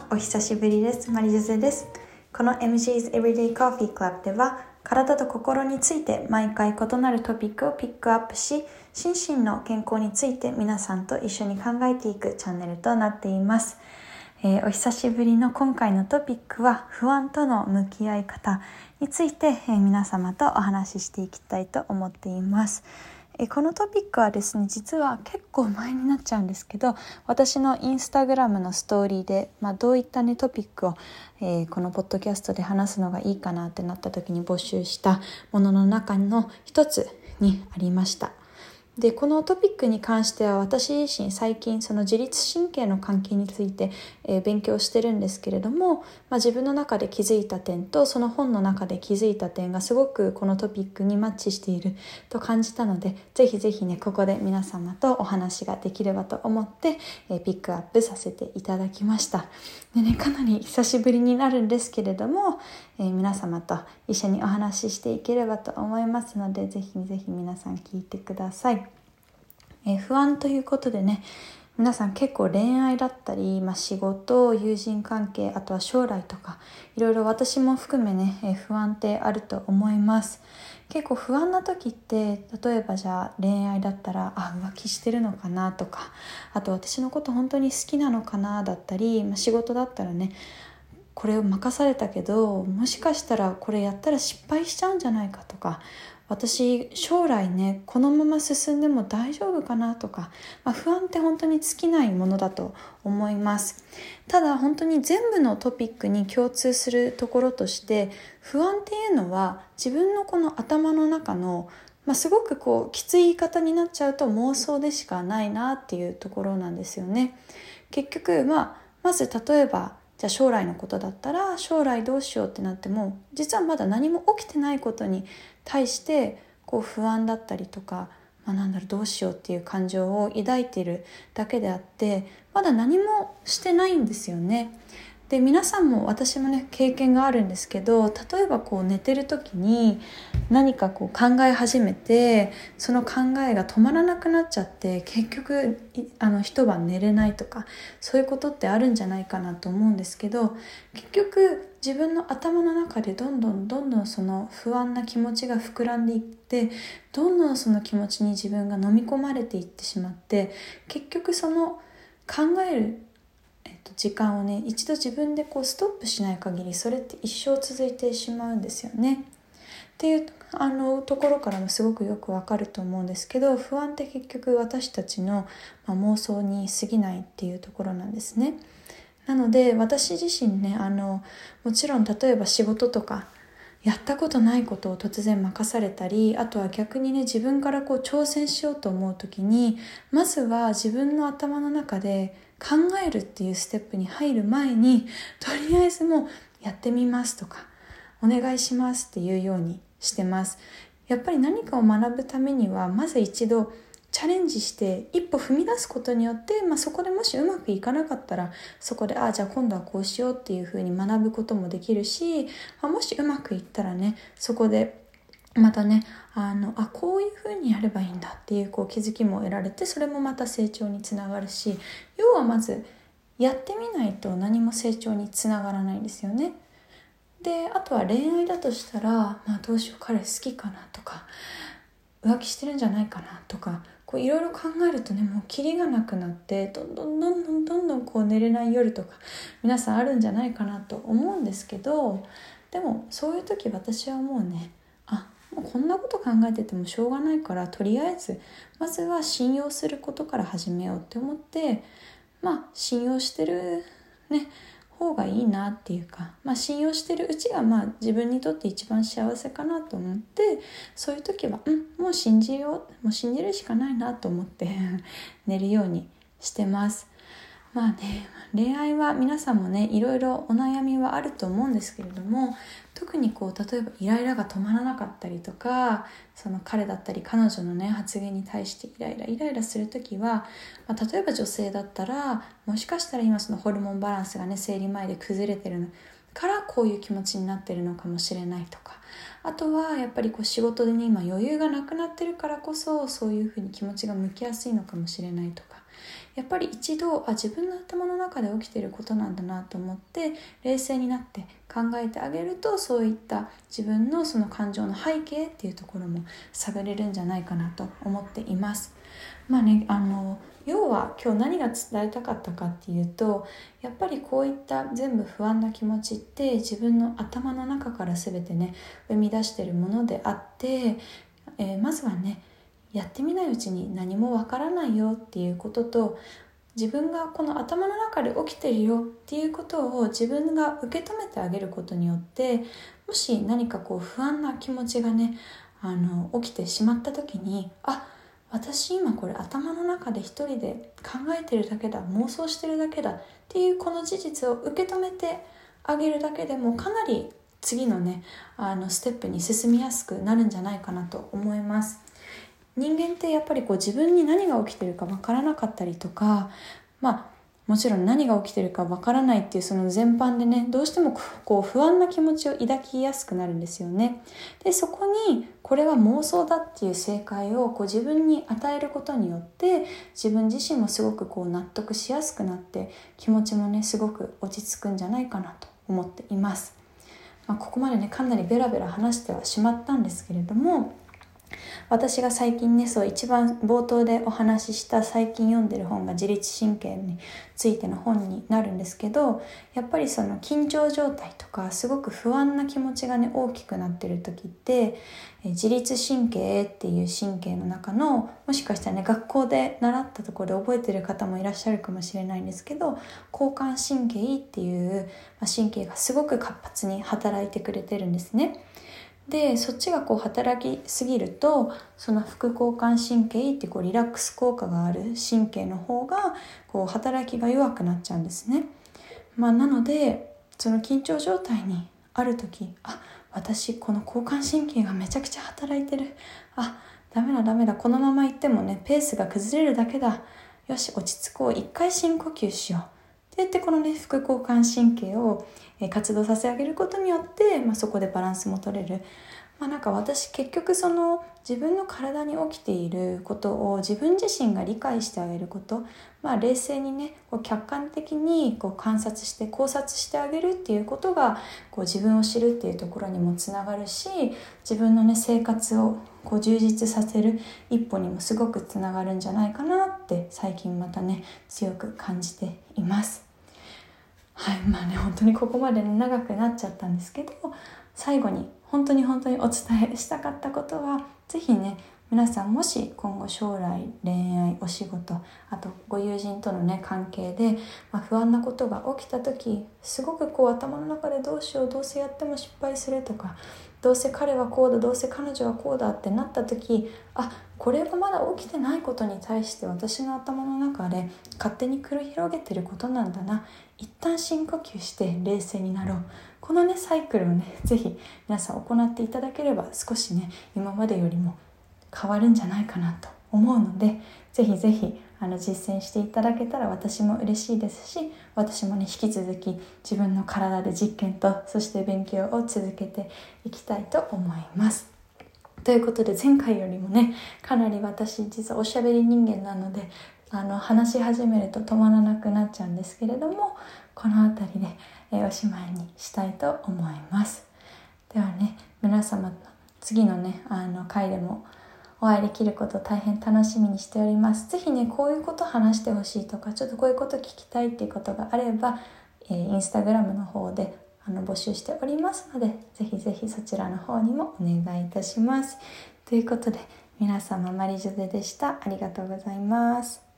お久しぶりです。マリジョゼです。この MG's Everyday Coffee Club では、体と心について毎回異なるトピックをピックアップし、心身の健康について皆さんと一緒に考えていくチャンネルとなっています。お久しぶりの今回のトピックは、不安との向き合い方について、皆様とお話ししていきたいと思っています。このトピックはですね、実は結構前になっちゃうんですけど、私のインスタグラムのストーリーで、どういったねトピックを、このポッドキャストで話すのがいいかなってなった時に募集したものの中の一つにありました。で、このトピックに関しては私自身最近その自律神経の関係について、勉強してるんですけれども、自分の中で気づいた点とその本の中で気づいた点がすごくこのトピックにマッチしていると感じたので、ぜひぜひねここで皆様とお話ができればと思って、ピックアップさせていただきました。でね、かなり久しぶりになるんですけれども、皆様と一緒にお話ししていければと思いますので、ぜひぜひ皆さん聞いてください。不安ということでね、皆さん結構恋愛だったり、仕事、友人関係、あとは将来とかいろいろ私も含めね、不安ってあると思います。結構不安な時って、例えばじゃあ恋愛だったら浮気してるのかなとか、あと私のこと本当に好きなのかなだったり、仕事だったらね、これを任されたけどもしかしたらこれやったら失敗しちゃうんじゃないかとか、私将来ねこのまま進んでも大丈夫かなとか、不安って本当に尽きないものだと思います。ただ本当に全部のトピックに共通するところとして、不安っていうのは自分のこの頭の中のすごくきつい言い方になっちゃうと妄想でしかないなっていうところなんですよね。結局まず例えばじゃあ将来のことだったら、将来どうしようってなっても実はまだ何も起きてないことに対して不安だったりとか、どうしようっていう感情を抱いているだけであって、まだ何もしてないんですよね。で、皆さんも私もね経験があるんですけど、例えば寝てる時に何か考え始めて、その考えが止まらなくなっちゃって、結局一晩寝れないとか、そういうことってあるんじゃないかなと思うんですけど、結局自分の頭の中でどんどんその不安な気持ちが膨らんでいって、どんどんその気持ちに自分が飲み込まれていってしまって、結局その考える時間をね一度自分でストップしない限り、それって一生続いてしまうんですよねっていうところからもすごくよくわかると思うんですけど、不安って結局私たちの、妄想に過ぎないっていうところなんですね。なので私自身ねもちろん例えば仕事とかやったことないことを突然任されたり、あとは逆にね自分から挑戦しようと思う時に、まずは自分の頭の中で考えるっていうステップに入る前に、とりあえずもうやってみますとかお願いしますっていうようにしてます。やっぱり何かを学ぶためにはまず一度チャレンジして一歩踏み出すことによって、そこでもしうまくいかなかったら、そこでじゃあ今度はこうしようっていう風に学ぶこともできるし、もしうまくいったらね、そこでまたねこういう風にやればいいんだっていう気づきも得られて、それもまた成長につながるし、要はまずやってみないと何も成長につながらないんですよね。で、あとは恋愛だとしたら、どうしよう、彼好きかなとか、浮気してるんじゃないかなとか、いろいろ考えるとね、もうキリがなくなって、どんどん寝れない夜とか皆さんあるんじゃないかなと思うんですけど、でもそういう時私はもうね、もうこんなこと考えててもしょうがないから、とりあえずまずは信用することから始めようって思って、信用してるね方がいいなっていうか、信用してるうちが自分にとって一番幸せかなと思って、そういう時はもう信じるしかないなと思って寝るようにしてます。恋愛は皆さんもねいろいろお悩みはあると思うんですけれども、特に例えばイライラが止まらなかったりとか、その彼だったり彼女のね発言に対してイライラするときは、例えば女性だったら、もしかしたら今そのホルモンバランスがね生理前で崩れてるからこういう気持ちになってるのかもしれないとか、あとはやっぱり仕事でね今余裕がなくなってるからこそ、そういうふうに気持ちが向きやすいのかもしれないとか、 やっぱり一度自分の頭の中で起きていることなんだなと思って冷静になって考えてあげると、そういった自分のその感情の背景っていうところも探れるんじゃないかなと思っています。要は今日何が伝えたかったかっていうと、やっぱりこういった全部不安な気持ちって自分の頭の中から全てね生み出しているものであって、まずはねやってみないうちに何もわからないよっていうことと、自分がこの頭の中で起きてるよっていうことを自分が受け止めてあげることによって、もし何か不安な気持ちがね起きてしまった時に、私今これ頭の中で一人で考えてるだけだ、妄想してるだけだっていうこの事実を受け止めてあげるだけでもかなり次のねステップに進みやすくなるんじゃないかなと思います。人間ってやっぱり自分に何が起きてるか分からなかったりとか、もちろん何が起きてるか分からないっていうその全般でね、どうしても不安な気持ちを抱きやすくなるんですよね。でそこにこれは妄想だっていう正解を自分に与えることによって、自分自身もすごく納得しやすくなって、気持ちもねすごく落ち着くんじゃないかなと思っています。ここまでねかなりベラベラ話してはしまったんですけれども、私が最近ね一番冒頭でお話しした最近読んでる本が自律神経についての本になるんですけど、やっぱりその緊張状態とかすごく不安な気持ちがね大きくなってる時って、自律神経っていう神経の中の、もしかしたらね学校で習ったところで覚えてる方もいらっしゃるかもしれないんですけど、交感神経っていう神経がすごく活発に働いてくれてるんですね。でそっちが働きすぎると、その副交感神経ってリラックス効果がある神経の方が働きが弱くなっちゃうんですね。なのでその緊張状態にある時、私この交感神経がめちゃくちゃ働いてる、ダメだこのままいってもねペースが崩れるだけだ、よし落ち着こう、一回深呼吸しようって言って、このね副交感神経を活動させてあげることによって、そこでバランスも取れる。私結局その自分の体に起きていることを自分自身が理解してあげること、冷静にね客観的に観察して考察してあげるっていうことが自分を知るっていうところにもつながるし、自分のね生活を充実させる一歩にもすごくつながるんじゃないかなって最近またね強く感じています。本当にここまで長くなっちゃったんですけど、最後に本当にお伝えしたかったことは、ぜひね皆さんもし今後将来恋愛、お仕事、あとご友人とのね関係で、不安なことが起きた時、すごく頭の中でどうしよう、どうせやっても失敗するとか、どうせ彼はこうだ、どうせ彼女はこうだってなった時、これがまだ起きてないことに対して私の頭の中で勝手に繰り広げてることなんだな、一旦深呼吸して冷静になろう、このねサイクルをねぜひ皆さん行っていただければ、少しね今までよりも変わるんじゃないかなと思うので、ぜひぜひ実践していただけたら私も嬉しいですし、私もね引き続き自分の体で実験とそして勉強を続けていきたいと思います。ということで、前回よりもねかなり私実はおしゃべり人間なので話し始めると止まらなくなっちゃうんですけれども、この辺りでおしまいにしたいと思います。ではね、皆様と次のね回でもお会いできることを大変楽しみにしております。ぜひねこういうこと話してほしいとか、ちょっとこういうこと聞きたいっていうことがあれば、インスタグラムの方で募集しておりますので、ぜひぜひそちらの方にもお願いいたします。ということで、皆様マリジョゼでした。ありがとうございます。